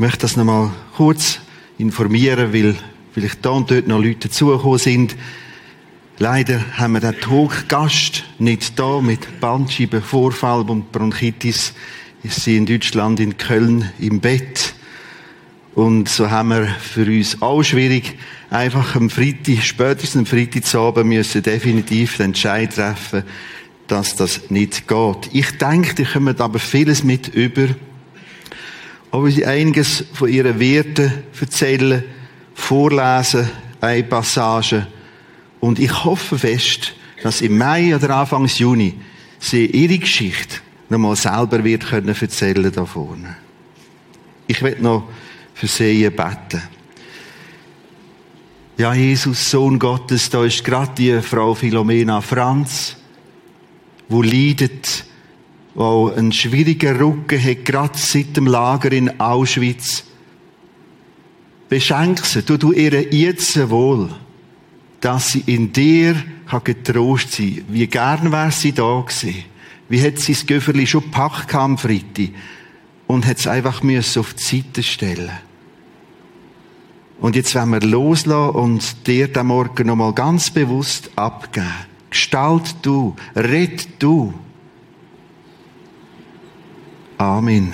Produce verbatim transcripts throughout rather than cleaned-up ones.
möchte das noch mal kurz informieren, weil vielleicht da und dort noch Leute dazugekommen sind. Leider haben wir den Talkgast nicht da mit Bandscheibenvorfall und Bronchitis. Ist sie in Deutschland, in Köln, im Bett. Und so haben wir für uns auch schwierig, einfach am Freitag, spätestens am Freitagabend müssen definitiv den Entscheid treffen, dass das nicht geht. Ich denke, die kommen aber vieles mit über, aber sie einiges von ihren Werten erzählen, vorlesen, eine Passage. Und ich hoffe fest, dass im Mai oder Anfang Juni sie ihre Geschichte nochmal selber wird können erzählen da vorne. Ich will noch für sie beten. Ja, Jesus, Sohn Gottes, da ist gerade die Frau Philomena Franz, wo leidet, wo einen schwierigen Rücken hat, gerade seit dem Lager in Auschwitz. Beschenk sie, tu du ihr jetzt wohl, dass sie in dir getrost sein kann. Wie gern wäre sie da gewesen. Wie hat sie das Göfferli schon gepackt am Freitag und hat es einfach müssen auf die Seite stellen. Und jetzt wollen wir loslassen und dir den Morgen nochmal ganz bewusst abgeben. Gestalt du, red du. Amen.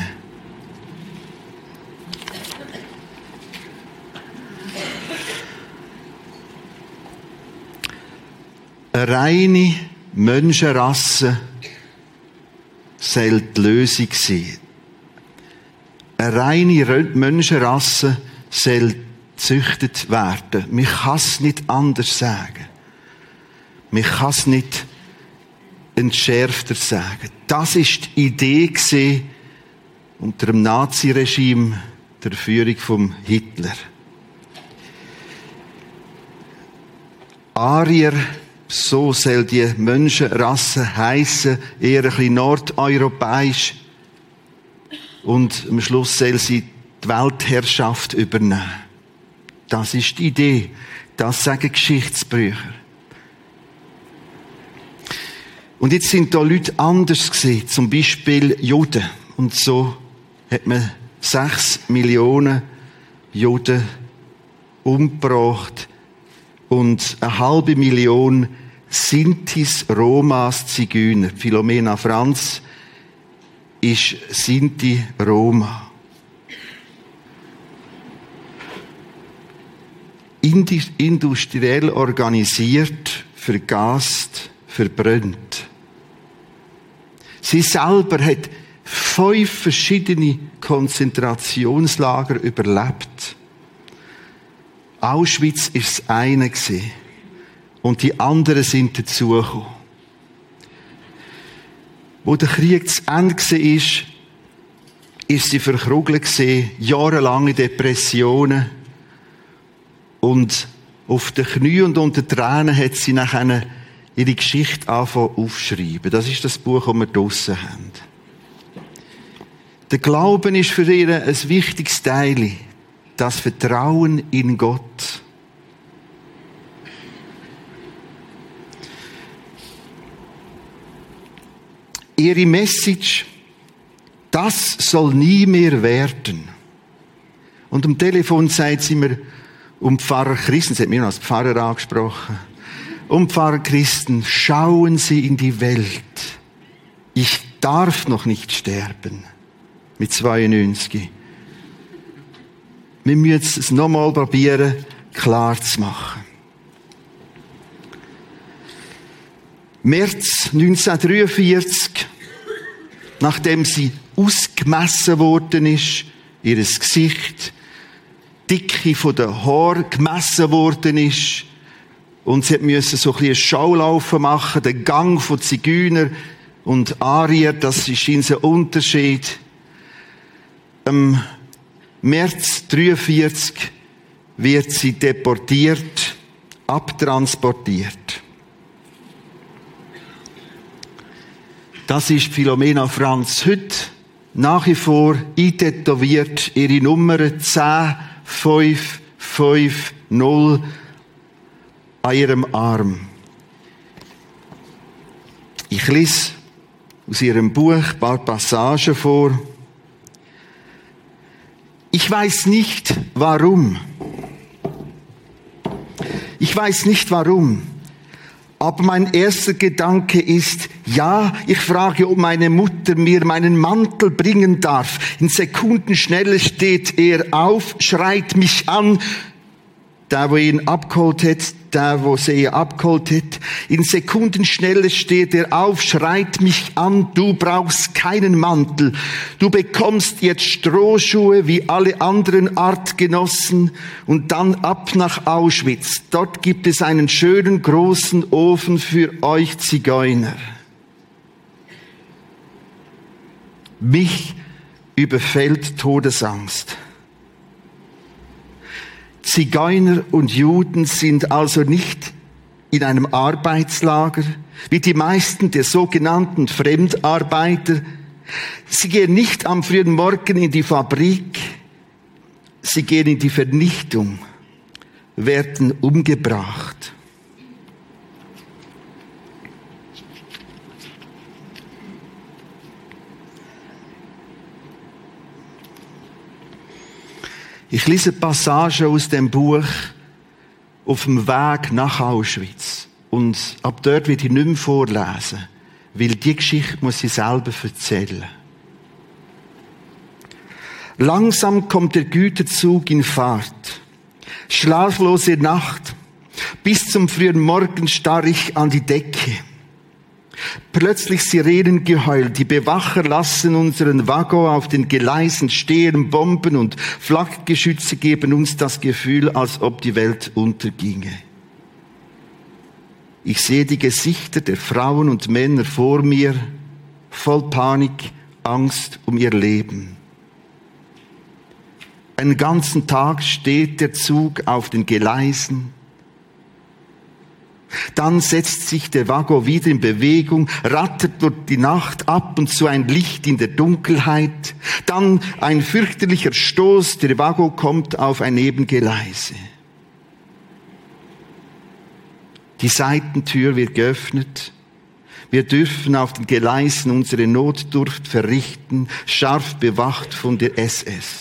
Eine reine Menschenrasse soll die Lösung sein. Eine reine Menschenrasse soll gezüchtet werden. Man kann es nicht anders sagen. Man kann es nicht entschärfter sagen. Das ist die Idee gewesen unter dem Naziregime der Führung von Hitler. Arier, so soll die Menschenrasse heissen, eher ein bisschen nordeuropäisch. Und am Schluss soll sie die Weltherrschaft übernehmen. Das ist die Idee. Das sagen Geschichtsbücher. Und jetzt sind da Leute anders gewesen. Zum Beispiel Juden. Und so hat man sechs Millionen Juden umgebracht. Und eine halbe Million Sintis, Romas, Zigeuner. Philomena Franz ist Sinti Roma. Industriell organisiert, vergast, verbrannt. Sie selber hat fünf verschiedene Konzentrationslager überlebt. Auschwitz war das eine gewesen. Und die anderen sind dazugekommen. Wo der Krieg zu Ende war, ist, ist sie verkrugelt gewesen, jahrelange Depressionen. Und auf den Knien und unter Tränen hat sie nachher ihre Geschichte angefangen aufzuschreiben. Das ist das Buch, das wir draussen haben. Der Glauben ist für ihr ein wichtiges Teil. Das Vertrauen in Gott. Ihre Message, das soll nie mehr werden. Und am Telefon sagt sie mir, um Pfarrer Christen, sie hat mich noch als Pfarrer angesprochen, um Pfarrer Christen, schauen Sie in die Welt. Ich darf noch nicht sterben. Mit zweiundneunzig. Wir müssen es nochmal probieren, klar zu machen. März neunzehnhundertdreiundvierzig, nachdem sie ausgemessen worden ist, ihr Gesicht, Dicke von den Haaren gemessen worden ist, und sie musste so ein bisschen Schaulaufen machen, den Gang von Zigeuner und Arier, das ist ein Unterschied. Im März neunzehnhundertdreiundvierzig wird sie deportiert, abtransportiert. Das ist Philomena Franz heute nach wie vor eintätowiert, ihre Nummer zehn fünf fünf null an ihrem Arm. Ich lese aus ihrem Buch ein paar Passagen vor. Ich weiß nicht, warum. Ich weiß nicht, warum. Aber mein erster Gedanke ist, ja, ich frage, ob meine Mutter mir meinen Mantel bringen darf. In Sekundenschnelle steht er auf, schreit mich an. Der, wo ihn abgeholt hat, der, wo sie abgeholt hat. In Sekundenschnelle steht er auf, schreit mich an, du brauchst keinen Mantel. Du bekommst jetzt Strohschuhe wie alle anderen Artgenossen und dann ab nach Auschwitz. Dort gibt es einen schönen großen Ofen für euch Zigeuner. Mich überfällt Todesangst. Zigeuner und Juden sind also nicht in einem Arbeitslager, wie die meisten der sogenannten Fremdarbeiter. Sie gehen nicht am frühen Morgen in die Fabrik, sie gehen in die Vernichtung, werden umgebracht. Ich lese Passagen aus dem Buch auf dem Weg nach Auschwitz. Und ab dort werde ich nicht mehr vorlesen, weil die Geschichte muss ich selber erzählen. Langsam kommt der Güterzug in Fahrt. Schlaflose Nacht. Bis zum frühen Morgen starr ich an die Decke. Plötzlich Sirenengeheul. Die Bewacher lassen unseren Waggon auf den Gleisen stehen. Bomben und Flakgeschütze geben uns das Gefühl, als ob die Welt unterginge. Ich sehe die Gesichter der Frauen und Männer vor mir, voll Panik, Angst um ihr Leben. Einen ganzen Tag steht der Zug auf den Gleisen. Dann setzt sich der Waggon wieder in Bewegung, rattert durch die Nacht, ab und zu ein Licht in der Dunkelheit. Dann ein fürchterlicher Stoß, der Waggon kommt auf ein Nebengeleise. Die Seitentür wird geöffnet. Wir dürfen auf den Gleisen unsere Notdurft verrichten, scharf bewacht von der S S.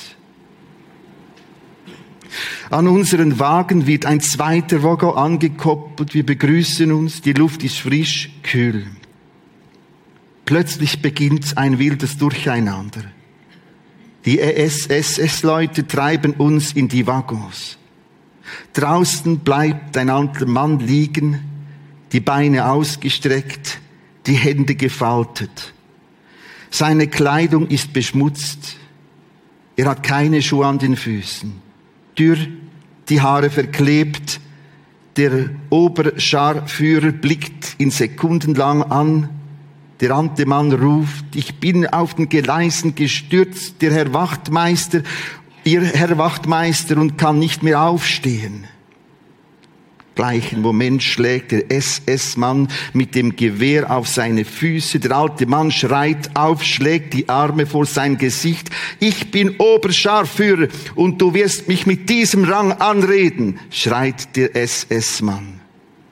An unseren Wagen wird ein zweiter Waggon angekoppelt. Wir begrüßen uns. Die Luft ist frisch, kühl. Plötzlich beginnt ein wildes Durcheinander. Die S S-Leute treiben uns in die Waggons. Draußen bleibt ein alter Mann liegen, die Beine ausgestreckt, die Hände gefaltet. Seine Kleidung ist beschmutzt. Er hat keine Schuhe an den Füßen. Dürr, die Haare verklebt. Der Oberscharführer blickt ihn sekundenlang an. Der alte Mann ruft, ich bin auf den Gleisen gestürzt, der Herr Wachtmeister, Ihr Herr Wachtmeister, und kann nicht mehr aufstehen. Gleichen Moment schlägt der S S-Mann mit dem Gewehr auf seine Füße. Der alte Mann schreit auf, schlägt die Arme vor sein Gesicht. Ich bin Oberscharführer und du wirst mich mit diesem Rang anreden, schreit der S S-Mann.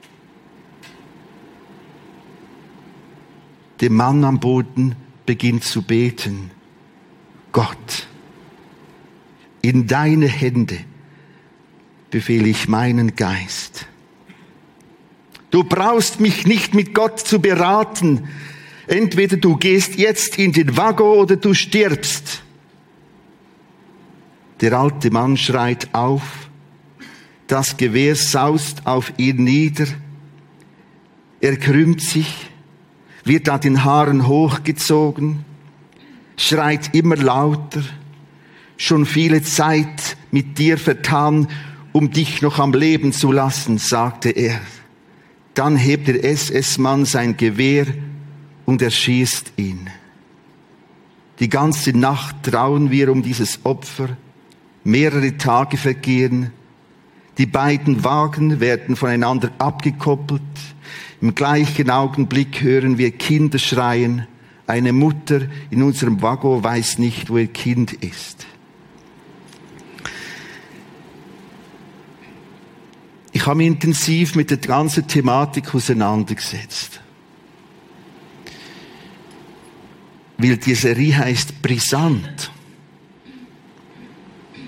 Der Mann am Boden beginnt zu beten. Gott, in deine Hände befehle ich meinen Geist. Du brauchst mich nicht mit Gott zu beraten. Entweder du gehst jetzt in den Waggon oder du stirbst. Der alte Mann schreit auf. Das Gewehr saust auf ihn nieder. Er krümmt sich, wird an den Haaren hochgezogen, schreit immer lauter. Schon viele Zeit mit dir vertan, um dich noch am Leben zu lassen, sagte er. Dann hebt der S S-Mann sein Gewehr und erschießt ihn. Die ganze Nacht trauen wir um dieses Opfer. Mehrere Tage vergehen. Die beiden Wagen werden voneinander abgekoppelt. Im gleichen Augenblick hören wir Kinder schreien. Eine Mutter in unserem Waggon weiß nicht, wo ihr Kind ist. Ich habe mich intensiv mit der ganzen Thematik auseinandergesetzt. Weil die Serie heisst Brisant.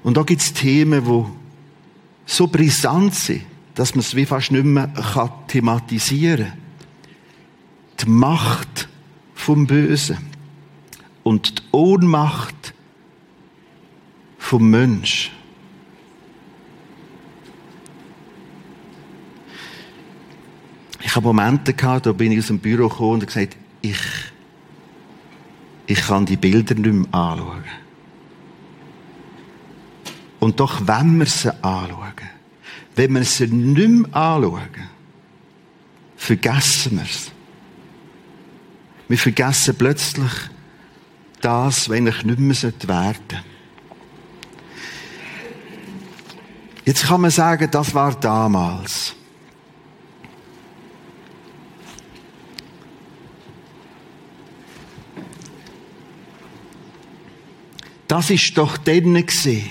Und da gibt es Themen, die so brisant sind, dass man es wie fast nicht mehr kann thematisieren kann. Die Macht vom Bösen und die Ohnmacht vom Mensch. Ich habe Momente gehabt, da bin ich aus dem Büro gekommen und habe gesagt, ich, ich kann die Bilder nicht mehr anschauen. Und doch, wenn wir sie anschauen, wenn wir sie nicht mehr anschauen, vergessen wir es. Wir vergessen plötzlich das, was eigentlich nicht mehr werden sollte. Jetzt kann man sagen, das war damals. Das ist doch dann gewesen.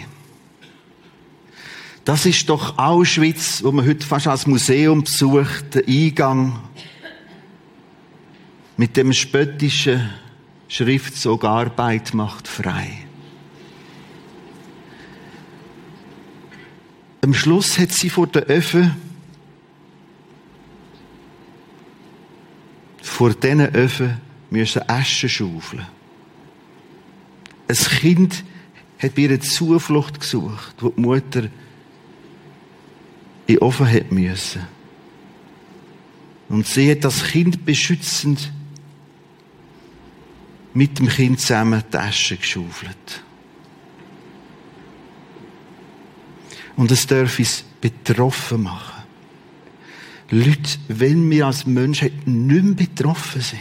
Das ist doch Auschwitz, wo man heute fast als Museum besucht, der Eingang mit dem spöttischen Schriftzug Arbeit macht frei. Am Schluss hat sie vor der Öfen, vor diesen Öfen müssen Asche schaufeln. Ein Kind hat bei ihr Zuflucht gesucht, wo die Mutter in den Ofen hat müssen. Und sie hat das Kind beschützend mit dem Kind zusammen die Asche geschaufelt. Und es darf uns betroffen machen. Leute, wenn wir als Menschen nicht mehr betroffen sind,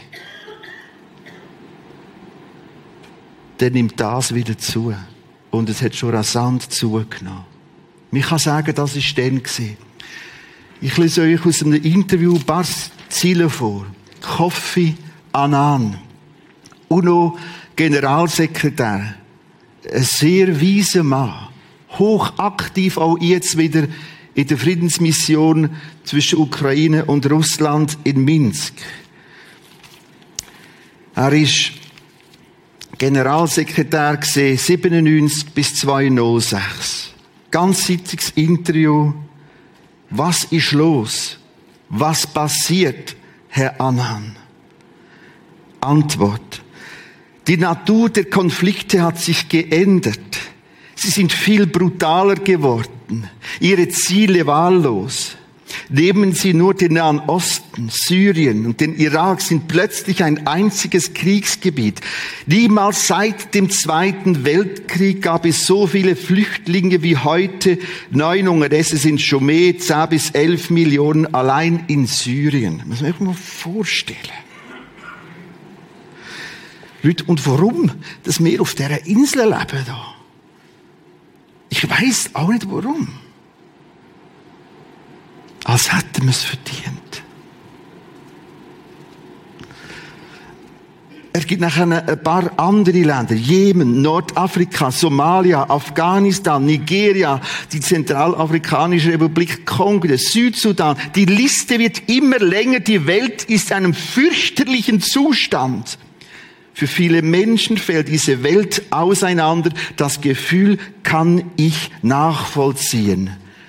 dann nimmt das wieder zu. Und es hat schon rasant zugenommen. Ich kann sagen, das war dann. Ich lese euch aus einem Interview ein paar Ziele vor. Kofi Annan, UNO-Generalsekretär, ein sehr weiser Mann, hochaktiv auch jetzt wieder in der Friedensmission zwischen Ukraine und Russland in Minsk. Er ist Generalsekretär gesehen, siebenundneunzig bis zweitausendsechs. Ganzseitiges Interview. Was ist los? Was passiert, Herr Annan? Antwort. Die Natur der Konflikte hat sich geändert. Sie sind viel brutaler geworden. Ihre Ziele wahllos. Nehmen Sie nur den Nahen Osten, Syrien und den Irak sind plötzlich ein einziges Kriegsgebiet. Niemals seit dem Zweiten Weltkrieg gab es so viele Flüchtlinge wie heute. Neun unterdessen sind schon mehr, zehn bis elf Millionen allein in Syrien. Das muss man sich mal vorstellen. Leute, und warum, dass wir auf dieser Insel leben da? Ich weiss auch nicht warum. Als hätten wir es verdient. Es gibt nachher ein paar andere Länder. Jemen, Nordafrika, Somalia, Afghanistan, Nigeria, die Zentralafrikanische Republik Kongo, der Südsudan. Die Liste wird immer länger. Die Welt ist in einem fürchterlichen Zustand. Für viele Menschen fällt diese Welt auseinander. Das Gefühl kann ich nachvollziehen.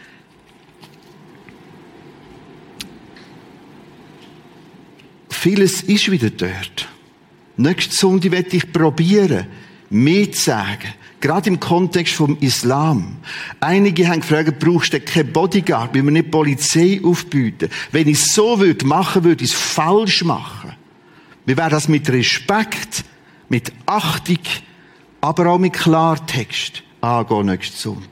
Vieles ist wieder dort. Nächste Sonntag werde ich probieren, mehr zu sagen. Gerade im Kontext vom Islam. Einige haben gefragt, brauchst du keinen Bodyguard? Will man nicht Polizei aufbieten? Wenn ich es so würde machen, würde ich es falsch machen. Wir werden das mit Respekt, mit Achtung, aber auch mit Klartext angehen nächsten Sonntag.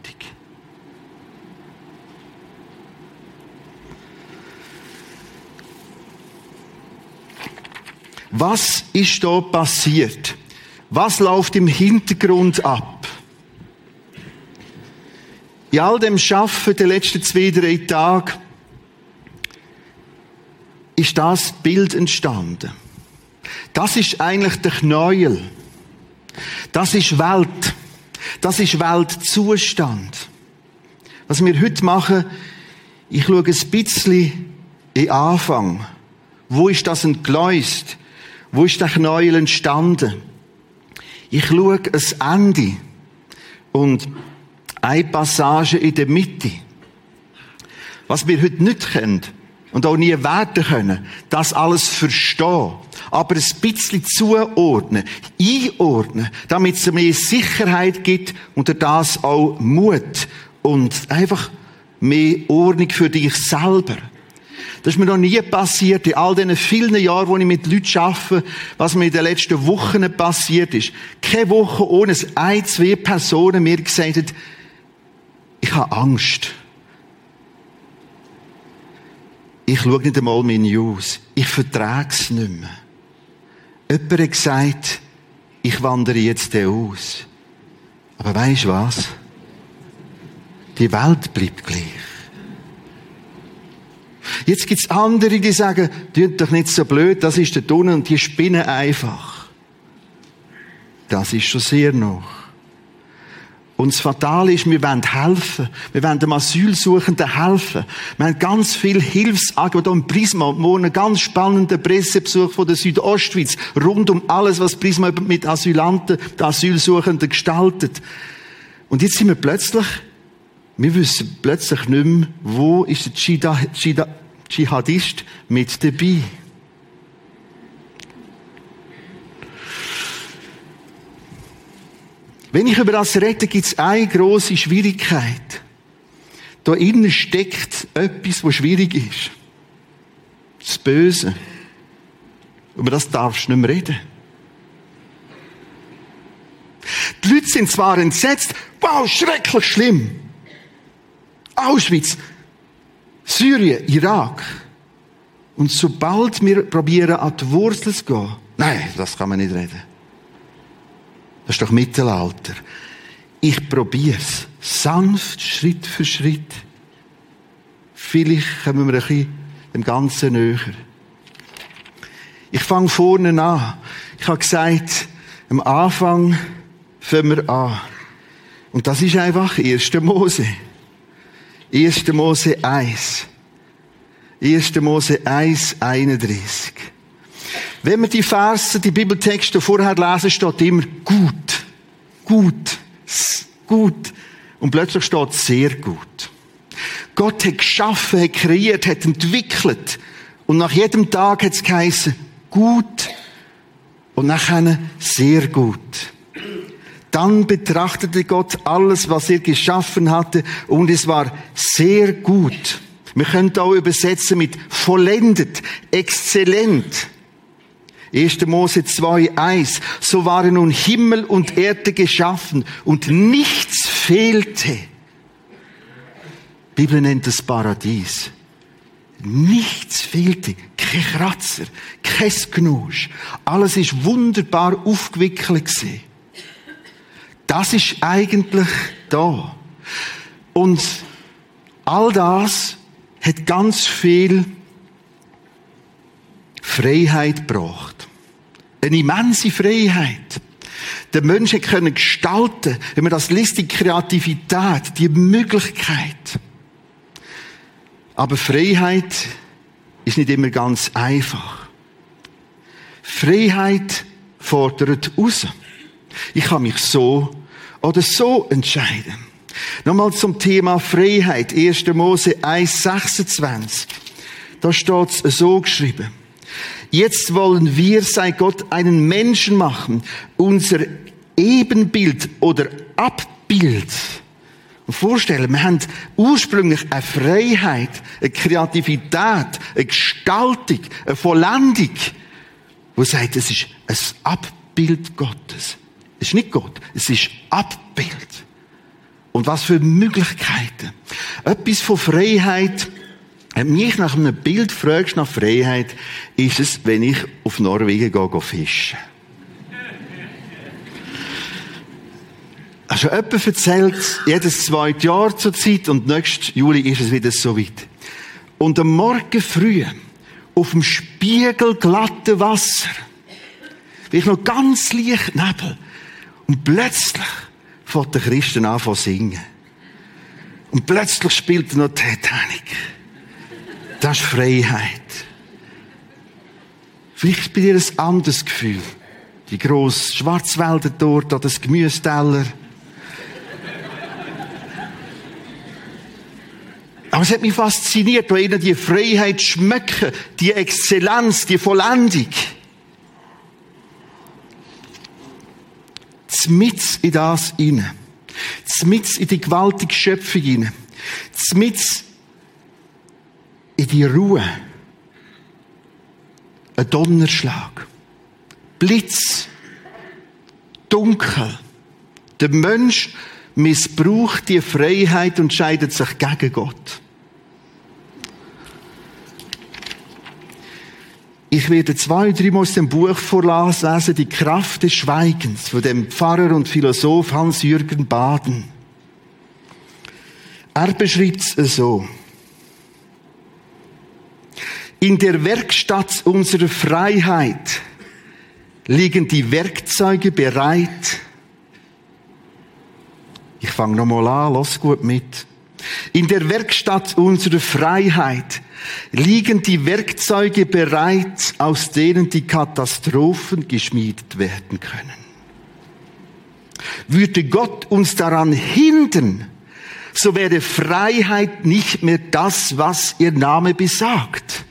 Was ist da passiert? Was läuft im Hintergrund ab? In all dem Schaffen der letzten zwei, drei Tage ist das Bild entstanden. Das ist eigentlich der Knäuel. Das ist Welt. Das ist Weltzustand. Was wir heute machen, ich schaue ein bisschen in den Anfang. Wo ist das entgleist? Wo ist der Knäuel entstanden? Ich schaue ein Ende. Und Eine Passage in der Mitte. Was wir heute nicht können und auch nie werden können, das alles verstehen, aber ein bisschen zuordnen, einordnen, damit es mehr Sicherheit gibt und das auch Mut und einfach mehr Ordnung für dich selber. Das ist mir noch nie passiert, in all diesen vielen Jahren, wo ich mit Leuten arbeite, was mir in den letzten Wochen passiert ist. Keine Woche ohne dass ein, zwei Personen mir gesagt haben, ich habe Angst. Ich schaue nicht einmal meine News. Ich vertrage es nicht mehr. Jemand hat gesagt, ich wandere jetzt aus. Aber weisst du was? Die Welt bleibt gleich. Jetzt gibt's andere, die sagen, tut doch nicht so blöd, das ist der Tunnel und die spinnen einfach. Das ist schon sehr noch. Und das Fatale ist, wir wollen helfen. Wir wollen dem Asylsuchenden helfen. Wir haben ganz viel Hilfsangebote. Hier im Prisma, morgen einen ganz spannenden Pressebesuch von der Südostschweiz, rund um alles, was Prisma mit Asylanten, den Asylsuchenden gestaltet. Und jetzt sind wir plötzlich, wir wissen plötzlich nicht mehr, wo ist der Dschihad, Dschihad, Dschihadist mit dabei. Wenn ich über das rede, gibt es eine grosse Schwierigkeit. Da innen steckt etwas, was schwierig ist. Das Böse. Über das darfst du nicht mehr reden. Die Leute sind zwar entsetzt, wow, schrecklich schlimm. Auschwitz, Syrien, Irak. Und sobald wir probieren, an die Wurzel zu gehen, nein, das kann man nicht reden. Das ist doch Mittelalter. Ich probier's. Sanft, Schritt für Schritt. Vielleicht kommen wir ein bisschen dem Ganzen näher. Ich fange vorne an. Ich habe gesagt, am Anfang fangen wir an. Und das ist einfach erster Mose. erster Mose eins. erster Mose eins, einunddreißig. Wenn wir die Verse, die Bibeltexte vorher lesen, steht immer gut, gut, gut. Und plötzlich steht sehr gut. Gott hat geschaffen, hat kreiert, hat entwickelt. Und nach jedem Tag hat es geheißen, gut. Und nachher sehr gut. Dann betrachtete Gott alles, was er geschaffen hatte, und es war sehr gut. Wir können auch übersetzen mit vollendet, exzellent. erster Mose zwei, eins. So waren nun Himmel und Erde geschaffen und nichts fehlte. Die Bibel nennt es Paradies. Nichts fehlte. Kein Kratzer, kein Knusch. Alles ist wunderbar aufgewickelt gewesen. Das ist eigentlich da. Und all das hat ganz viel Freiheit gebracht. Eine immense Freiheit. Der Mensch konnte gestalten, wenn man das liest, die Kreativität, die Möglichkeit. Aber Freiheit ist nicht immer ganz einfach. Freiheit fordert raus. Ich kann mich so oder so entscheiden. Nochmal zum Thema Freiheit. erster Mose eins, sechsundzwanzig. Da steht es so geschrieben. Jetzt wollen wir, sei Gott, einen Menschen machen, unser Ebenbild oder Abbild. Und vorstellen, wir haben ursprünglich eine Freiheit, eine Kreativität, eine Gestaltung, eine Vollendung, wo sagt, es ist ein Abbild Gottes. Es ist nicht Gott, es ist Abbild. Und was für Möglichkeiten. Etwas von Freiheit. Wenn du mich nach einem Bild fragst, nach Freiheit, ist es, wenn ich auf Norwegen gehe, gehe fischen. Also jemand erzählt, jedes zweite Jahr zur Zeit und nächstes Juli ist es wieder so weit. Und am Morgen früh, auf dem spiegelglatten Wasser, bin ich noch ganz leicht Nebel. Und plötzlich fängt der Christen an zu singen. Und plötzlich spielt er noch Titanic. Das ist Freiheit. Vielleicht ist bei dir ein anderes Gefühl. Die grosse Schwarzwälder dort, das Gemüseteller. Aber es hat mich fasziniert, da ihnen die Freiheit schmecken, die Exzellenz, die Vollendung. Zmitz in das hinein. Zmitz in die gewaltige Schöpfung hinein. Zmitz in die Ruhe. Ein Donnerschlag. Blitz. Dunkel. Der Mensch missbraucht die Freiheit und scheidet sich gegen Gott. Ich werde zwei, drei Mal aus dem Buch vorlesen, die Kraft des Schweigens, von dem Pfarrer und Philosoph Hans-Jürgen Baden. Er beschreibt es so. In der Werkstatt unserer Freiheit liegen die Werkzeuge bereit. Ich fange nochmal an, lass gut mit. In der Werkstatt unserer Freiheit liegen die Werkzeuge bereit, aus denen die Katastrophen geschmiedet werden können. Würde Gott uns daran hindern, so wäre Freiheit nicht mehr das, was ihr Name besagt.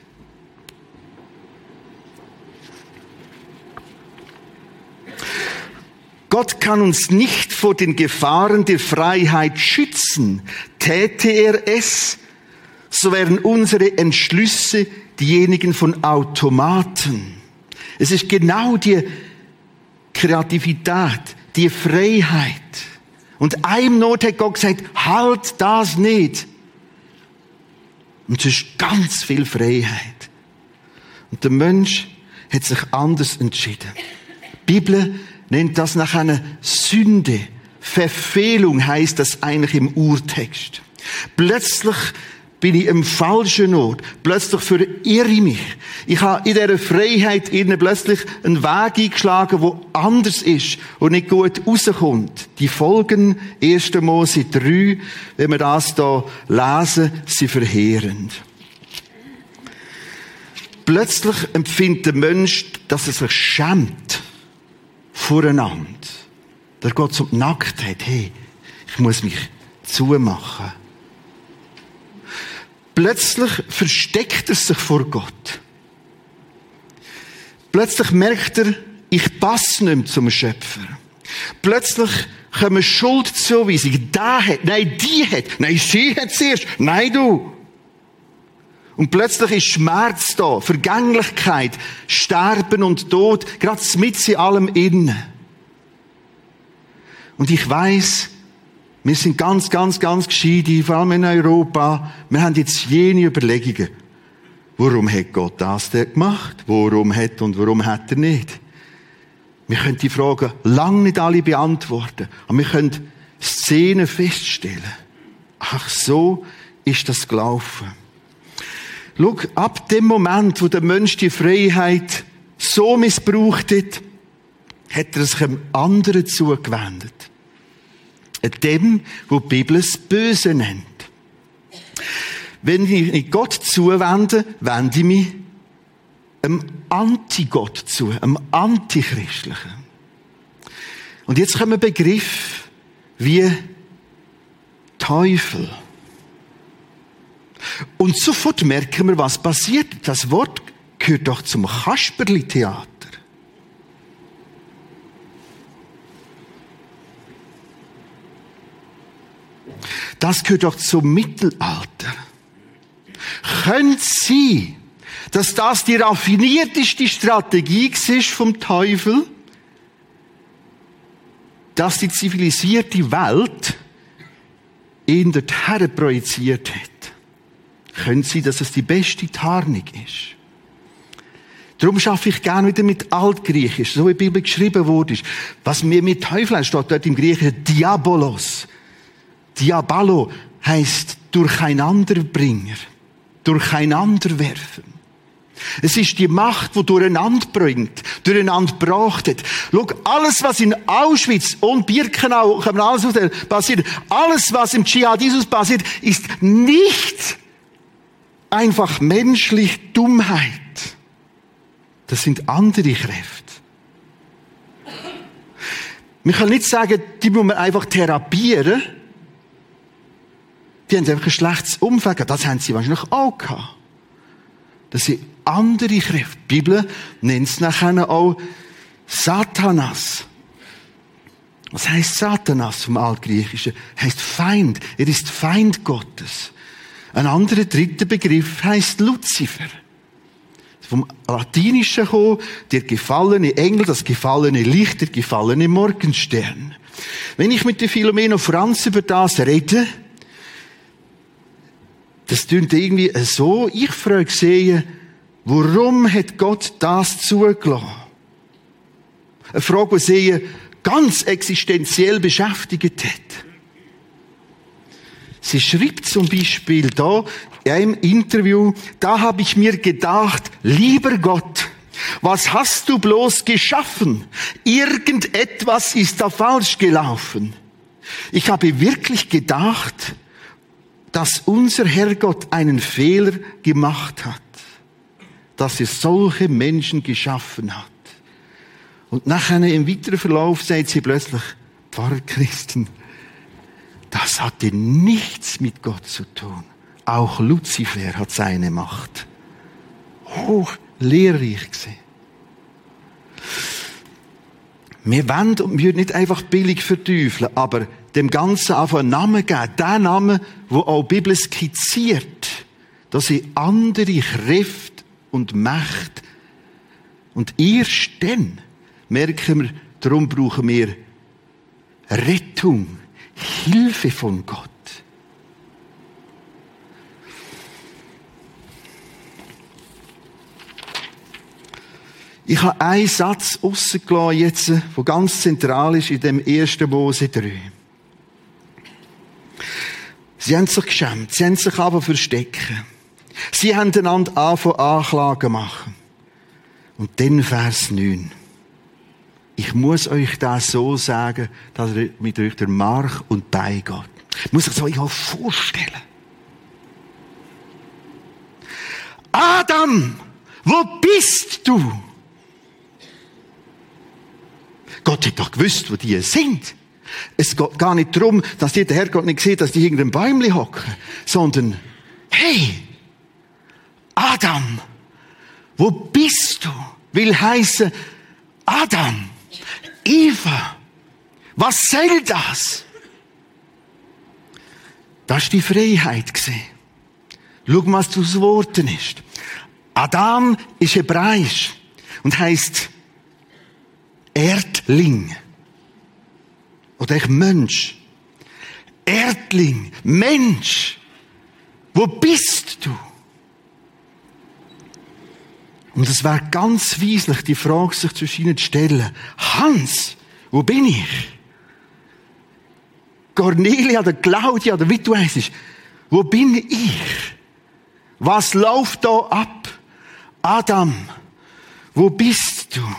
Gott kann uns nicht vor den Gefahren der Freiheit schützen. Täte er es, so wären unsere Entschlüsse diejenigen von Automaten. Es ist genau die Kreativität, die Freiheit. Und einem Not hat Gott gesagt, halt das nicht. Und es ist ganz viel Freiheit. Und der Mensch hat sich anders entschieden. Die Bibel nennt das nach einer Sünde. Verfehlung heißt das eigentlich im Urtext. Plötzlich bin ich im falschen Ort. Plötzlich verirre ich mich. Ich habe in dieser Freiheit innen plötzlich einen Weg eingeschlagen, der anders ist und nicht gut rauskommt. Die Folgen erster Mose drei, wenn wir das hier lesen, sind verheerend. Plötzlich empfindet der Mensch, dass er sich schämt voreinander. Der Gott zum Nacktheit, hey, ich muss mich zumachen. Plötzlich versteckt er sich vor Gott. Plötzlich merkt er, ich passe nicht mehr zum Schöpfer. Plötzlich kommen Schuldzuweisungen. Der hat, nein, die hat, nein, sie hat zuerst, nein, du. Und plötzlich ist Schmerz da, Vergänglichkeit, Sterben und Tod, gerade mit in allem innen. Und ich weiss, wir sind ganz, ganz, ganz gescheite, vor allem in Europa. Wir haben jetzt jene Überlegungen. Warum hat Gott das denn gemacht? Warum hat und warum hat er nicht? Wir können die Fragen lange nicht alle beantworten. Aber wir können Szenen feststellen. Ach, so ist das gelaufen. Schau, ab dem Moment, wo der Mensch die Freiheit so missbraucht hat, hat er sich einem anderen zugewendet. Dem, wo die Bibel das Böse nennt. Wenn ich mich Gott zuwende, wende ich mich einem Anti-Gott zu, einem Antichristlichen. Und jetzt kommen Begriffe wie Teufel. Und sofort merken wir, was passiert. Das Wort gehört doch zum Kasperli-Theater. Das gehört doch zum Mittelalter. Könnte es sein, dass das die raffinierteste Strategie war vom Teufel, dass die zivilisierte Welt ihn dorthin projiziert hat? Könnte es sein, dass es die beste Tarnung ist? Darum schaffe ich gerne wieder mit Altgriechisch, so wie die Bibel geschrieben wurde. Was mir mit Teufel heißt, steht dort im Griechischen Diabolos. Diabolo heisst Durcheinanderbringer, Durcheinanderwerfen. Es ist die Macht, die durcheinander bringt, durcheinander gebracht hat. Schau, alles, was in Auschwitz und Birkenau kann man alles passiert, alles, was im Dschihadismus passiert, ist nicht einfach menschlich Dummheit. Das sind andere Kräfte. Wir können nicht sagen, die muss man einfach therapieren. Die haben einfach ein schlechtes Umfeld gehabt. Das haben sie wahrscheinlich auch gehabt. Das sind andere Kräfte. Die Bibel nennt es nachher auch Satanas. Was heisst Satanas vom Altgriechischen? Heißt Feind. Er ist Feind Gottes. Ein anderer dritter Begriff heisst Luzifer. Vom Latinischen gekommen, der gefallene Engel, das gefallene Licht, der gefallene Morgenstern. Wenn ich mit der Philomena Franz über das rede, das tönt irgendwie so, ich frage sehen, warum hat Gott das zugelassen? Eine Frage, die sie ganz existenziell beschäftigt hat. Sie schrieb zum Beispiel da in einem Interview, da habe ich mir gedacht, lieber Gott, was hast du bloß geschaffen? Irgendetwas ist da falsch gelaufen. Ich habe wirklich gedacht, dass unser Herrgott einen Fehler gemacht hat, dass er solche Menschen geschaffen hat. Und nachher im weiteren Verlauf sagt sie plötzlich, Pfarrer Christen, das hatte nichts mit Gott zu tun. Auch Luzifer hat seine Macht. Hoch lehrreich gewesen. Wir wollen und wir würden nicht einfach billig verteufeln, aber dem Ganzen einfach einen Namen geben. Der Name, der auch die Bibel skizziert. Das sind andere Kräfte und Mächte. Und erst dann merken wir, darum brauchen wir Rettung, Hilfe von Gott. Ich habe einen Satz rausgelassen jetzt, der ganz zentral ist in dem ersten Mose drei. Sie haben sich geschämt, sie haben sich aber verstecken. Sie haben einander angefangen Anklagen machen. Und dann Vers neun. Ich muss euch das so sagen, dass er mit euch der Mark und Bein geht. Ich muss euch das vorstellen. Adam, wo bist du? Gott hat doch gewusst, wo die sind. Es geht gar nicht darum, dass die der Herrgott nicht sieht, dass die irgendein Bäumchen hocken, sondern, hey, Adam, wo bist du? Will heißen, Adam, Eva, was soll das? Das ist die Freiheit gesehen. Schau mal, was das Wort ist. Adam ist hebräisch und heisst Erdling. Oder echt Mensch. Erdling, Mensch. Wo bist du? Und es wäre ganz weislich, die Frage sich zwischen ihnen zu stellen. Hans, wo bin ich? Cornelia oder Claudia oder wie du heisst, wo bin ich? Was läuft da ab? Adam, wo bist du?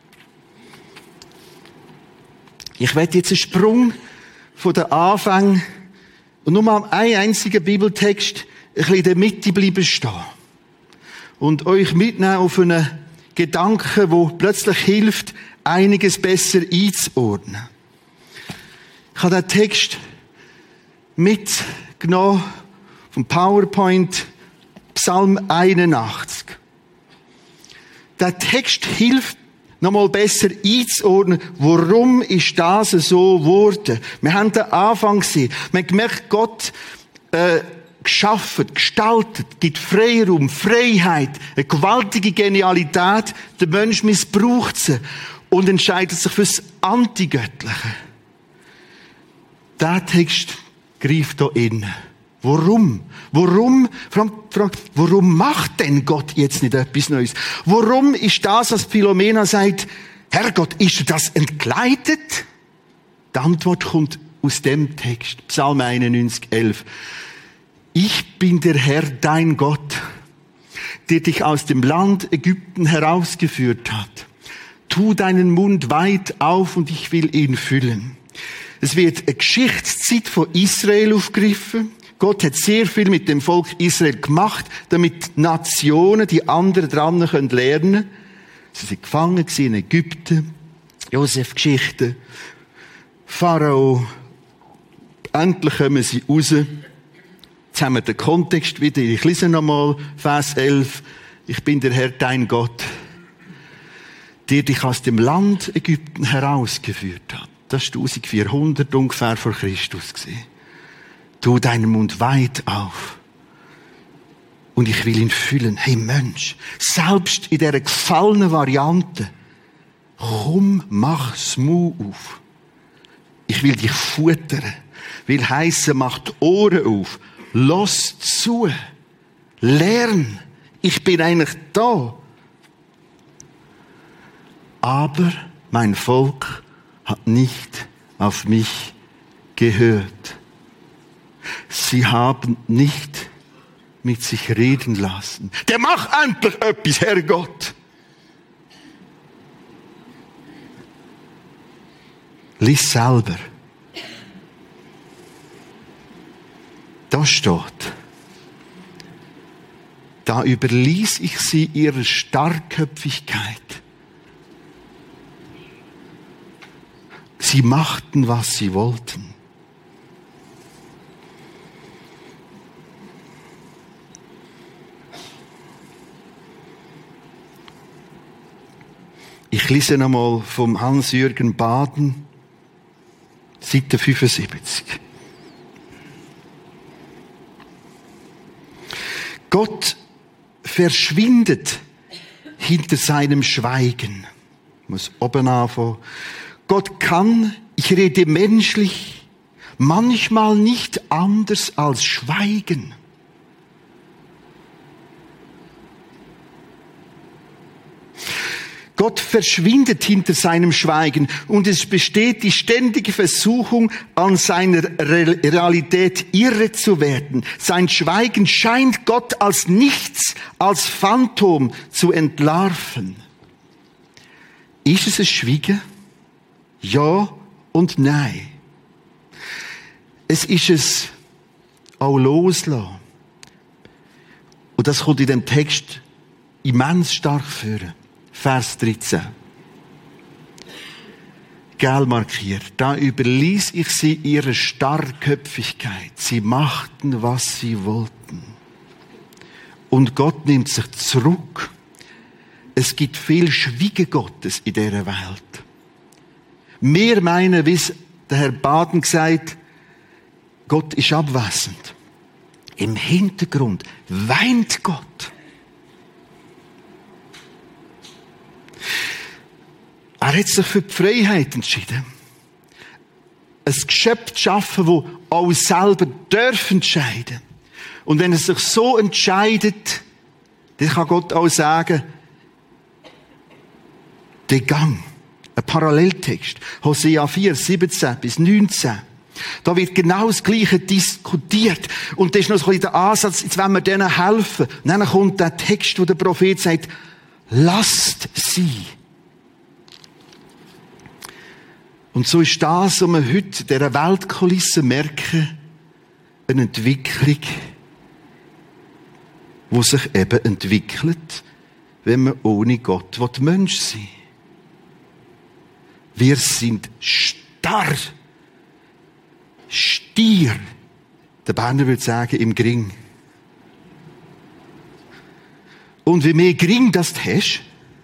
Ich werde jetzt einen Sprung von den Anfang und nur mal einen einzigen Bibeltext ein bisschen in der Mitte bleiben stehen. Und euch mitnehmen auf einen Gedanken, der plötzlich hilft, einiges besser einzuordnen. Ich habe den Text mitgenommen vom PowerPoint, Psalm einundachtzig. Der Text hilft, nochmal besser einzuordnen, warum ist das so geworden. Wir haben den Anfang gesehen. Wir haben gemerkt, Gott äh, geschaffen, gestaltet, gibt Freiraum, Freiheit, eine gewaltige Genialität. Der Mensch missbraucht sie und entscheidet sich fürs Antigöttliche. Der Text greift hier innen. Warum? Warum, fragt, warum macht denn Gott jetzt nicht etwas Neues? Warum ist das, was Philomena sagt, Herrgott, ist er das entkleidet? Die Antwort kommt aus dem Text, Psalm einundneunzig, elf. Ich bin der Herr, dein Gott, der dich aus dem Land Ägypten herausgeführt hat. Tu deinen Mund weit auf und ich will ihn füllen. Es wird eine Geschichtszeit von Israel aufgegriffen. Gott hat sehr viel mit dem Volk Israel gemacht, damit Nationen, die anderen dran können lernen. Sie sind gefangen in Ägypten, Jetzt haben wir den Kontext wieder. Ich lese nochmal Vers elf. Ich bin der Herr, dein Gott, der dich aus dem Land Ägypten herausgeführt hat. Das ist eintausendvierhundert ungefähr vor Christus gesehen. Tu deinen Mund weit auf. Und ich will ihn füllen. Hey Mensch, selbst in dieser gefallenen Variante, komm, mach's Mund auf. Ich will dich futtern. Will heissen, mach die Ohren auf. Lass zu. Lern. Ich bin eigentlich da. Aber mein Volk hat nicht auf mich gehört. Sie haben nicht mit sich reden lassen. Der macht endlich etwas, Herrgott. Lies selber. Da steht, da überließ ich sie ihrer Starrköpfigkeit. Sie machten, was sie wollten. Ich lese nochmal vom Hans-Jürgen Baden, Seite fünfundsiebzig. Gott verschwindet hinter seinem Schweigen. Ich muss oben anfangen. Gott kann, ich rede menschlich, manchmal nicht anders als schweigen. Gott verschwindet hinter seinem Schweigen und es besteht die ständige Versuchung, an seiner Realität irre zu werden. Sein Schweigen scheint Gott als nichts, als Phantom zu entlarven. Ist es ein Schweigen? Ja und nein. Es ist es auch loslassen. Und das kommt in dem Text immens stark vor. Vers dreizehn. Gel markiert. Da überließ ich sie ihrer Starrköpfigkeit. Sie machten, was sie wollten. Und Gott nimmt sich zurück. Es gibt viel Schweigen Gottes in dieser Welt. Wir meinen, wie es der Herr Baden gesagt, Gott ist abwesend. Im Hintergrund weint Gott. Er hat sich für die Freiheit entschieden. Ein Geschöpf zu schaffen, das auch selber darf entscheiden. Und wenn er sich so entscheidet, dann kann Gott auch sagen, der Gang. Ein Paralleltext. Hosea vier, siebzehn bis neunzehn. Da wird genau das Gleiche diskutiert. Und das ist noch so ein bisschen der Ansatz, jetzt wollen wir denen helfen. Und dann kommt der Text, wo der Prophet sagt, lasst sie. Und so ist das, was wir heute in dieser Weltkulisse merken, eine Entwicklung, die sich eben entwickelt, wenn man ohne Gott Mensch sein will. Wir sind starr, Stier, der Berner würde sagen, im Gring. Und wie mehr Gring das du hast,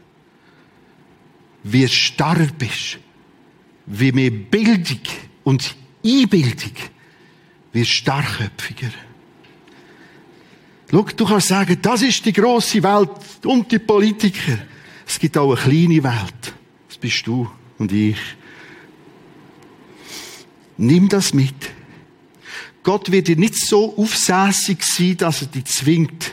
wie starrer bist, wie mehr Bildung und Einbildung, wie starrköpfiger. Schau, du kannst sagen, das ist die grosse Welt und die Politiker. Es gibt auch eine kleine Welt. Das bist du und ich. Nimm das mit. Gott wird dir nicht so aufsässig sein, dass er dich zwingt.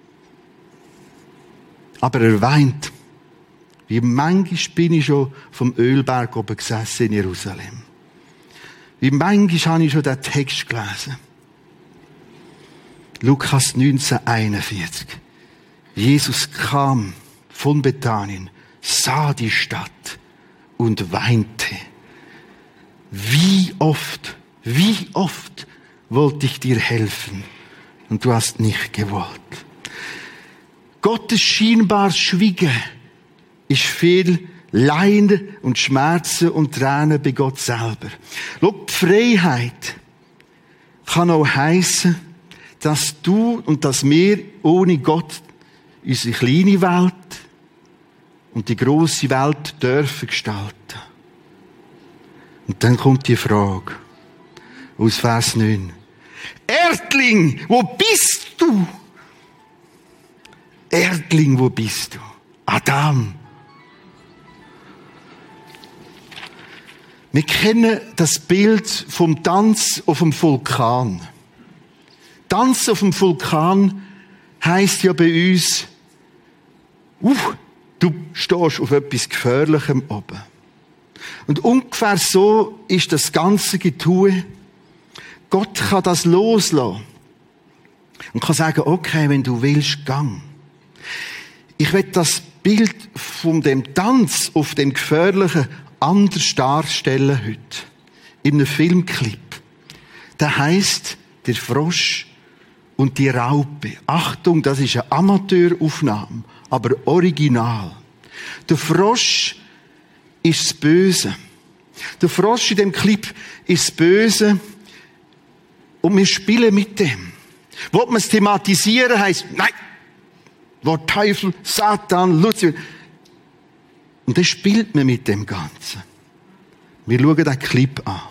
Aber er weint. Wie manchmal bin ich schon vom Ölberg oben gesessen in Jerusalem. Wie manchmal habe ich schon den Text gelesen. Lukas neunzehn, einundvierzig. Jesus kam von Bethanien, sah die Stadt und weinte. Wie oft, wie oft wollte ich dir helfen und du hast nicht gewollt. Gottes scheinbares Schweigen ist viel Leiden und Schmerzen und Tränen bei Gott selber. Schau, die Freiheit kann auch heissen, dass du und dass wir ohne Gott unsere kleine Welt und die grosse Welt dürfen gestalten. Und dann kommt die Frage aus Vers neun. Erdling, wo bist du? Erdling, wo bist du? Adam. Wir kennen das Bild vom Tanz auf dem Vulkan. Tanz auf dem Vulkan heisst ja bei uns, uh, du stehst auf etwas Gefährlichem oben. Und ungefähr so ist das ganze Getue. Gott kann das loslassen. Und kann sagen, okay, wenn du willst, gang. Ich will das Bild von dem Tanz auf dem Gefährlichen anders darstellen heute. In einem Filmclip. Der heisst Der Frosch und die Raupe. Achtung, das ist eine Amateuraufnahme, aber original. Der Frosch ist das Böse. Der Frosch in dem Clip ist das Böse und wir spielen mit dem. Wollt man es thematisieren, heisst, nein, Wort Teufel, Satan, Luzifer. Und dann spielt man mit dem Ganzen. Wir schauen den Clip an.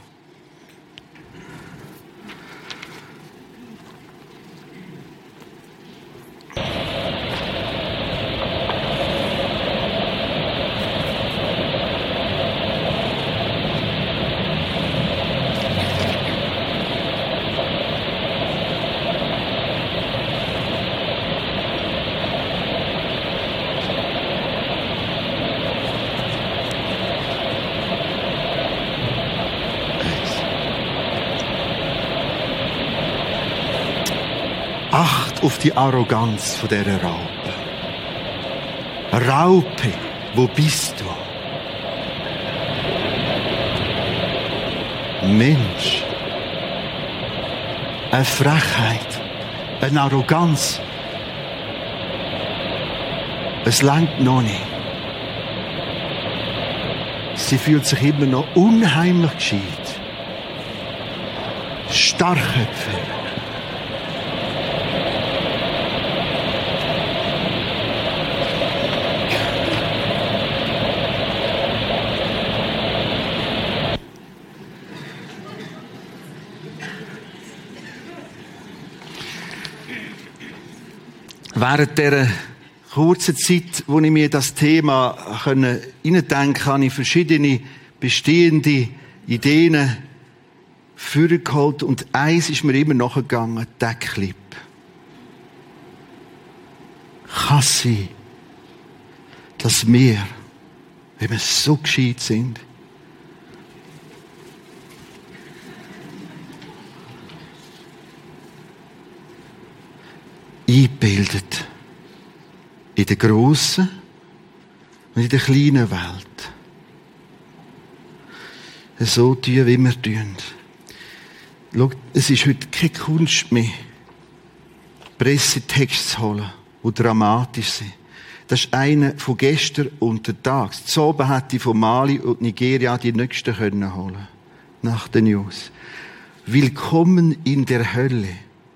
Acht auf die Arroganz von dieser Raupe. Raupe, wo bist du? Mensch. Eine Frechheit. Eine Arroganz. Es langt noch nicht. Sie fühlt sich immer noch unheimlich gescheit. Starrköpfe. Während dieser kurzen Zeit, wo ich mir das Thema hineindenken konnte, habe ich verschiedene bestehende Ideen vorgeholt und eins ist mir immer nachgegangen, der Clip. Kann es sein, dass wir, wenn wir so gescheit sind, eingebildet in der grossen und in der kleinen Welt. So tun, wie wir tun. Schau, es ist heute keine Kunst mehr, Pressetexte zu holen, die dramatisch sind. Das ist einer von gestern untertags. Zu oben hätte ich von Mali und Nigeria die nächsten können holen. Nach den News. Willkommen in der Hölle.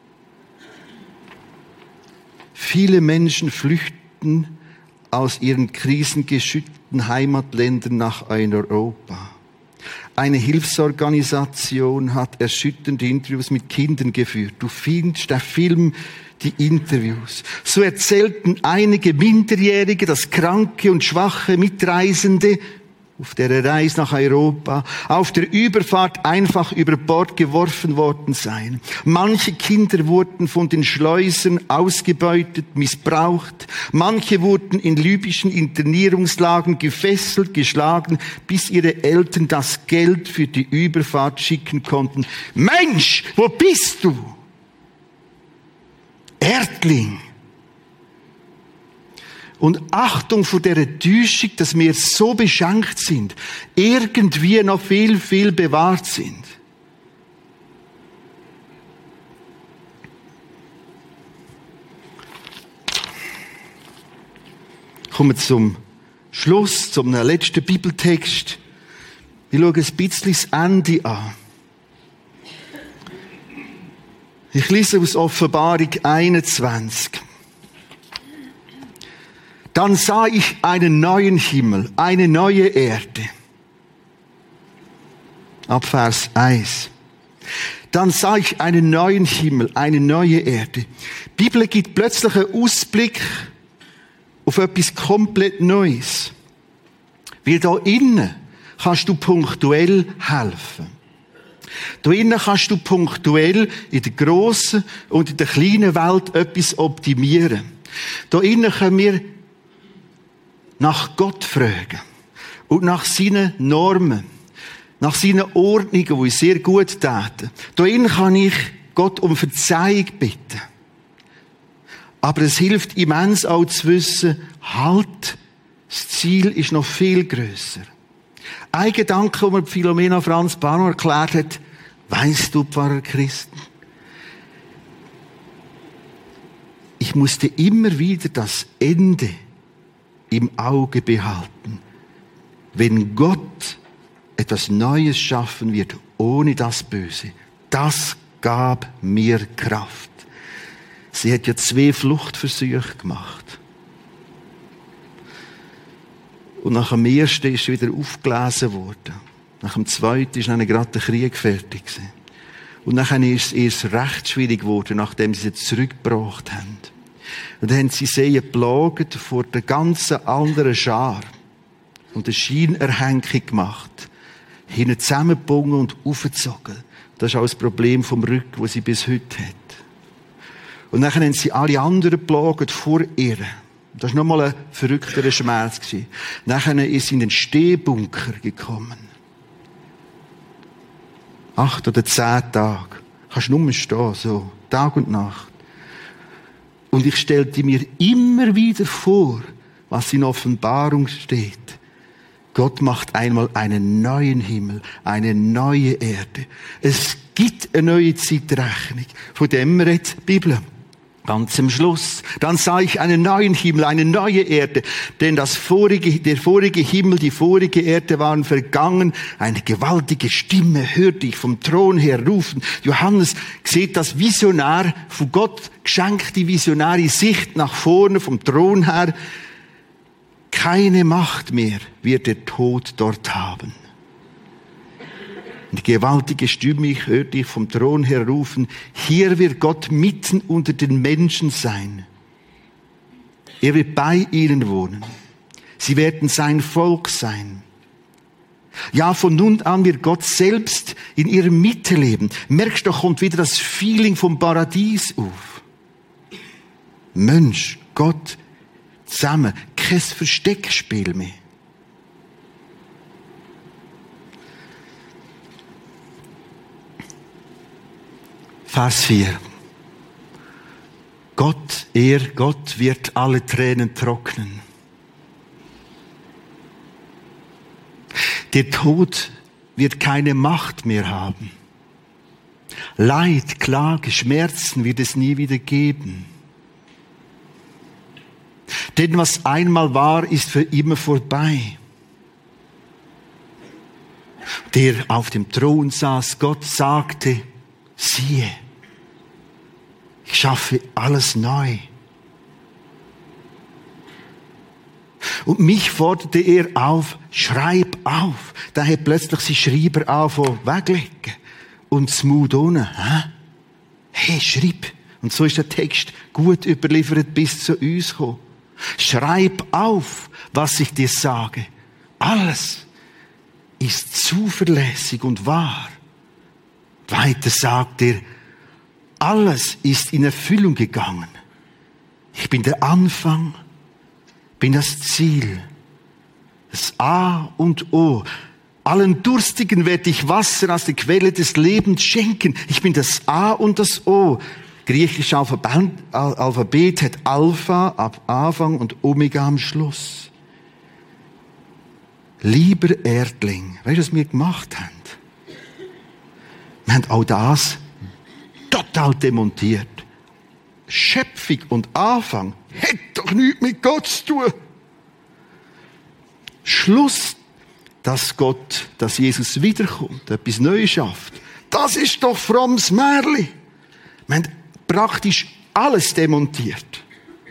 Viele Menschen flüchten aus ihren krisengeschüttelten Heimatländern nach Europa. Eine Hilfsorganisation hat erschütternde Interviews mit Kindern geführt. Du findest der Film die Interviews. So erzählten einige Minderjährige, dass kranke und schwache Mitreisende auf der Reise nach Europa auf der Überfahrt einfach über Bord geworfen worden seien. Manche Kinder wurden von den Schleusern ausgebeutet, missbraucht. Manche wurden in libyschen Internierungslagern gefesselt, geschlagen, bis ihre Eltern das Geld für die Überfahrt schicken konnten. Mensch, wo bist du? Erdling. Und Achtung vor dieser Täuschung, dass wir so beschenkt sind, irgendwie noch viel, viel bewahrt sind. Kommen wir zum Schluss, zum letzten Bibeltext. Wir schauen ein bisschen das Ende an. Ich lese aus Offenbarung einundzwanzig. Dann sah ich einen neuen Himmel, eine neue Erde. Ab Vers eins. Dann sah ich einen neuen Himmel, eine neue Erde. Die Bibel gibt plötzlich einen Ausblick auf etwas komplett Neues. Weil da innen kannst du punktuell helfen. Da innen kannst du punktuell in der grossen und in der kleinen Welt etwas optimieren. Da innen können wir nach Gott fragen und nach seinen Normen, nach seinen Ordnungen, die uns sehr gut täten. Da innen kann ich Gott um Verzeihung bitten. Aber es hilft immens auch zu wissen, halt, das Ziel ist noch viel grösser. Ein Gedanke, den mir Philomena Franz Bano erklärt hat, weisst du, Pfarrer Christen, ich musste immer wieder das Ende im Auge behalten. Wenn Gott etwas Neues schaffen wird, ohne das Böse, das gab mir Kraft. Sie hat ja zwei Fluchtversuche gemacht. Und nach dem ersten ist sie wieder aufgelesen worden. Nach dem zweiten ist dann gerade der Krieg fertig gewesen. Und dann ist es erst recht schwierig geworden, nachdem sie sie zurückgebracht haben. Und dann haben sie sehr geplagt vor der ganzen anderen Schar. Und eine Scheinerhängung gemacht. Hinten zusammengebunden und aufgezogen. Das ist auch das Problem vom Rücken, das sie bis heute hat. Und dann haben sie alle anderen geplagt vor ihr. Das war nochmal ein verrückterer Schmerz. Dann ist sie in den Stehbunker gekommen. Acht oder zehn Tage. Kannst du nur stehen, so. Tag und Nacht. Und ich stellte mir immer wieder vor, was in Offenbarung steht. Gott macht einmal einen neuen Himmel, eine neue Erde. Es gibt eine neue Zeitrechnung. Von dem redet die Bibel. Ganz am Schluss. Dann sah ich einen neuen Himmel, eine neue Erde. Denn das vorige, der vorige Himmel, die vorige Erde waren vergangen. Eine gewaltige Stimme hörte ich vom Thron her rufen. Johannes sieht das Visionär, von Gott geschenkte visionäre Sicht nach vorne vom Thron her. Keine Macht mehr wird der Tod dort haben. Eine gewaltige Stimme, ich hörte ich vom Thron her rufen, hier wird Gott mitten unter den Menschen sein. Er wird bei ihnen wohnen. Sie werden sein Volk sein. Ja, von nun an wird Gott selbst in ihrer Mitte leben. Merkst du, da kommt wieder das Feeling vom Paradies auf. Mensch, Gott, zusammen, kein Versteckspiel mehr. Vers vier. Gott, er, Gott wird alle Tränen trocknen. Der Tod wird keine Macht mehr haben. Leid, Klage, Schmerzen wird es nie wieder geben. Denn was einmal war, ist für immer vorbei. Der auf dem Thron saß, Gott sagte, siehe, ich schaffe alles neu. Und mich forderte er auf, schreib auf. Da hat plötzlich sein Schreiber angefangen weglegen. Und das Mut ohne, hä? Hey, schreib. Und so ist der Text gut überliefert bis zu uns gekommen. Schreib auf, was ich dir sage. Alles ist zuverlässig und wahr. Weiter sagt er, alles ist in Erfüllung gegangen. Ich bin der Anfang, bin das Ziel, das A und O. Allen Durstigen werde ich Wasser aus der Quelle des Lebens schenken. Ich bin das A und das O. Griechische Alphabet hat Alpha ab Anfang und Omega am Schluss. Lieber Erdling, weißt du, was wir gemacht haben? Wir haben auch das total demontiert. Schöpfung und Anfang hat doch nichts mit Gott zu tun. Schluss, dass Gott, dass Jesus wiederkommt, etwas Neues schafft. Das ist doch frommes Märli. Wir haben praktisch alles demontiert.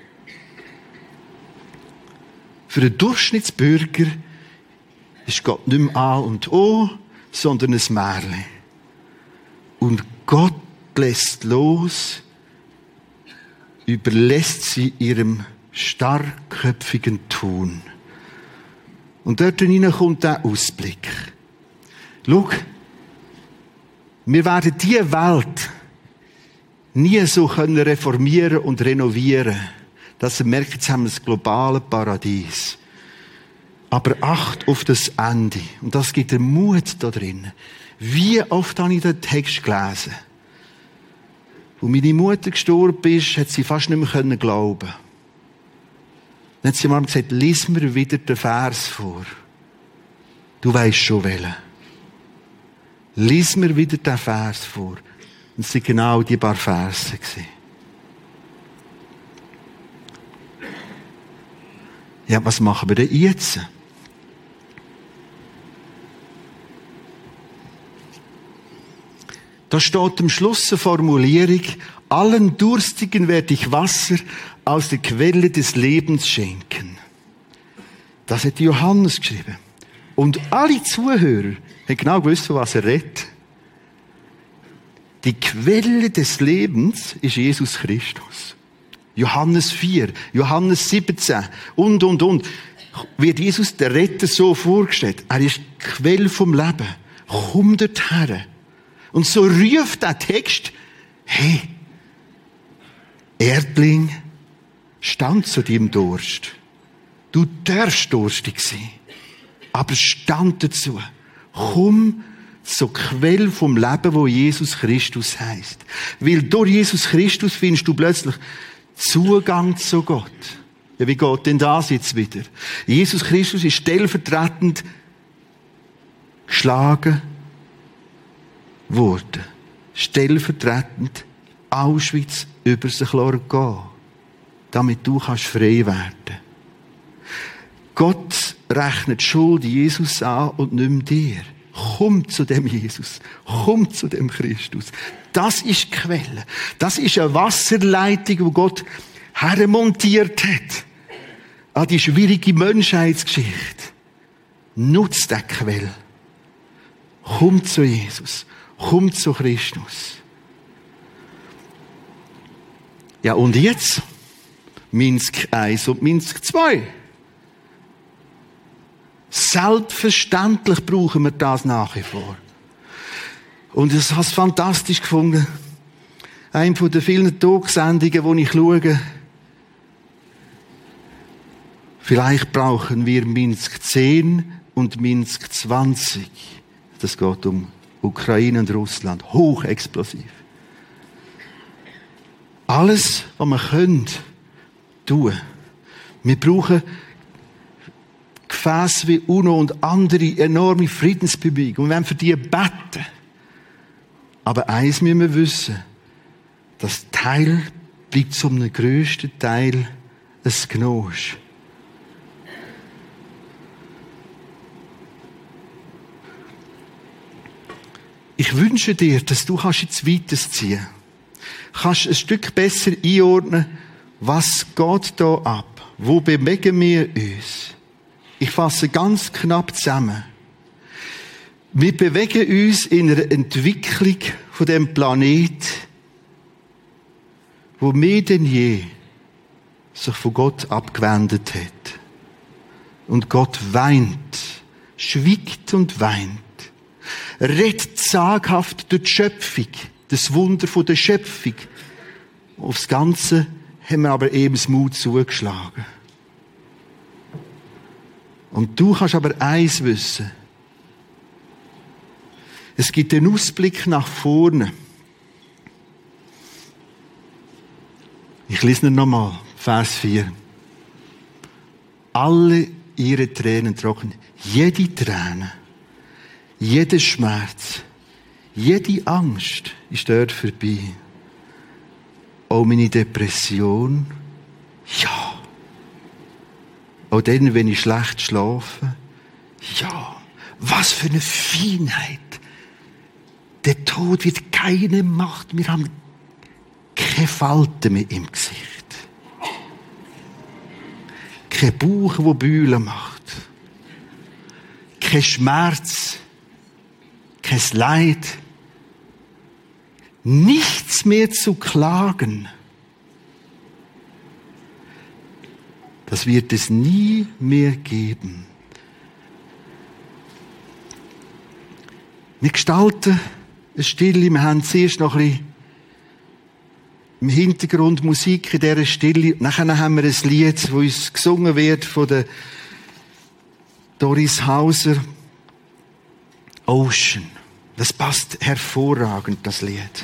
Für den Durchschnittsbürger ist Gott nicht mehr A und O, sondern ein Märchen. Und Gott lässt los, überlässt sie ihrem starkköpfigen Tun. Und dort hinein kommt der Ausblick. Schau, wir werden diese Welt nie so können reformieren und renovieren, dass ihr merkt, jetzt haben wir das globale Paradies. Aber acht auf das Ende. Und das gibt den Mut da drin. Wie oft habe ich den Text gelesen? Wo meine Mutter gestorben ist, hat sie fast nicht mehr glauben. Dann hat sie mal gesagt, lies mir wieder den Vers vor. Du weisst schon welchen. Lies mir wieder den Vers vor. Und es waren genau die paar Verse. Ja, was machen wir denn jetzt? Da steht am Schluss eine Formulierung, allen Durstigen werde ich Wasser aus der Quelle des Lebens schenken. Das hat Johannes geschrieben. Und alle Zuhörer haben genau gewusst, von was er redet. Die Quelle des Lebens ist Jesus Christus. Johannes vier, Johannes siebzehn und, und, und. Wird Jesus, der Retter, so vorgestellt. Er ist die Quelle vom Leben. Komm dorthin. Und so ruft der Text, hey, Erdling, stand zu deinem Durst. Du darfst durstig sein. Aber stand dazu. Komm zur Quelle vom Leben, wo Jesus Christus heisst. Weil durch Jesus Christus findest du plötzlich Zugang zu Gott. Ja, wie geht denn das jetzt wieder? Jesus Christus ist stellvertretend geschlagen worden. Stellvertretend Auschwitz über sich gehen, damit du kannst frei werden. Gott rechnet die Schuld Jesus an und nicht mehr dir. Komm zu dem Jesus. Komm zu dem Christus. Das ist die Quelle. Das ist eine Wasserleitung, die Gott hermontiert hat an die schwierige Menschheitsgeschichte. Nutz diese Quelle. Komm zu Jesus. Komm zu Christus. Ja, und jetzt? Minsk eins und Minsk zwei. Selbstverständlich brauchen wir das nach wie vor. Und ich habe es fantastisch gefunden. Eine von den vielen Talksendungen, die ich schaue. Vielleicht brauchen wir Minsk zehn und Minsk zwanzig. Das geht um Ukraine und Russland. Hochexplosiv. Alles, was wir können, tun. Wir brauchen Gefäße wie UNO und andere enorme Friedensbewegungen. Wir wollen für die beten. Aber eins müssen wir wissen. Das Teil bleibt zum grössten Teil ein Gnosch. Ich wünsche dir, dass du jetzt weiterziehen kannst. Ein Stück besser einordnen, was geht da ab? Wo bewegen wir uns? Ich fasse ganz knapp zusammen. Wir bewegen uns in einer Entwicklung von dem Planet, wo mehr denn je sich von Gott abgewendet hat. Und Gott weint, schwiegt und weint. Redet zaghaft durch die Schöpfung, das Wunder von der Schöpfung. Aufs Ganze haben wir aber eben das Mut zugeschlagen. Und du kannst aber eins wissen. Es gibt einen Ausblick nach vorne. Ich lese ihn nochmal, Vers vier. Alle ihre Tränen trocknen. Jede Träne, jeder Schmerz, jede Angst ist dort vorbei. Auch meine Depression, ja. Auch dann, wenn ich schlecht schlafe, ja. Was für eine Feinheit. Der Tod wird keine Macht. Wir haben Keine Falte mehr im Gesicht. Kein Bauch, der Bühlen macht. Kein Schmerz. Kein Leid. Nichts mehr zu klagen. Das wird es nie mehr geben. Wir gestalten eine Stille. Wir haben zuerst noch ein bisschen im Hintergrund Musik in dieser Stille. Nachher haben wir ein Lied, das uns gesungen wird von der Doris Hauser. Ocean. Das passt hervorragend, das Lied.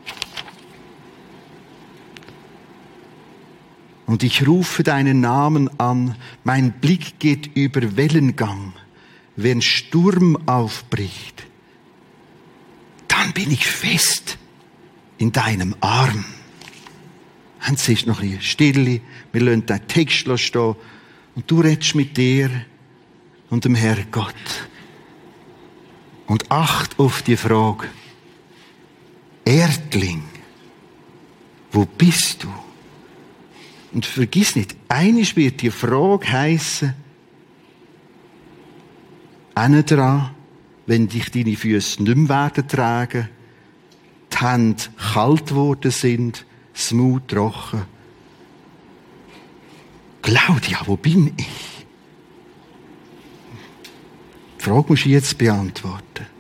Und ich rufe deinen Namen an. Mein Blick geht über Wellengang. Wenn Sturm aufbricht, dann bin ich fest in deinem Arm. Und es ist noch ein bisschen Stille. Wir lassen den Text stehen. Und du redest mit dir und dem Herrgott. Und acht auf die Frage. Erdling, wo bist du? Und vergiss nicht, einisch wird die Frage heissen, hinten dran, wenn dich deine Füße nicht mehr werden tragen, die Hände kalt geworden sind, das Maul trocken. Claudia, wo bin ich? Die Frage musst du jetzt beantworten.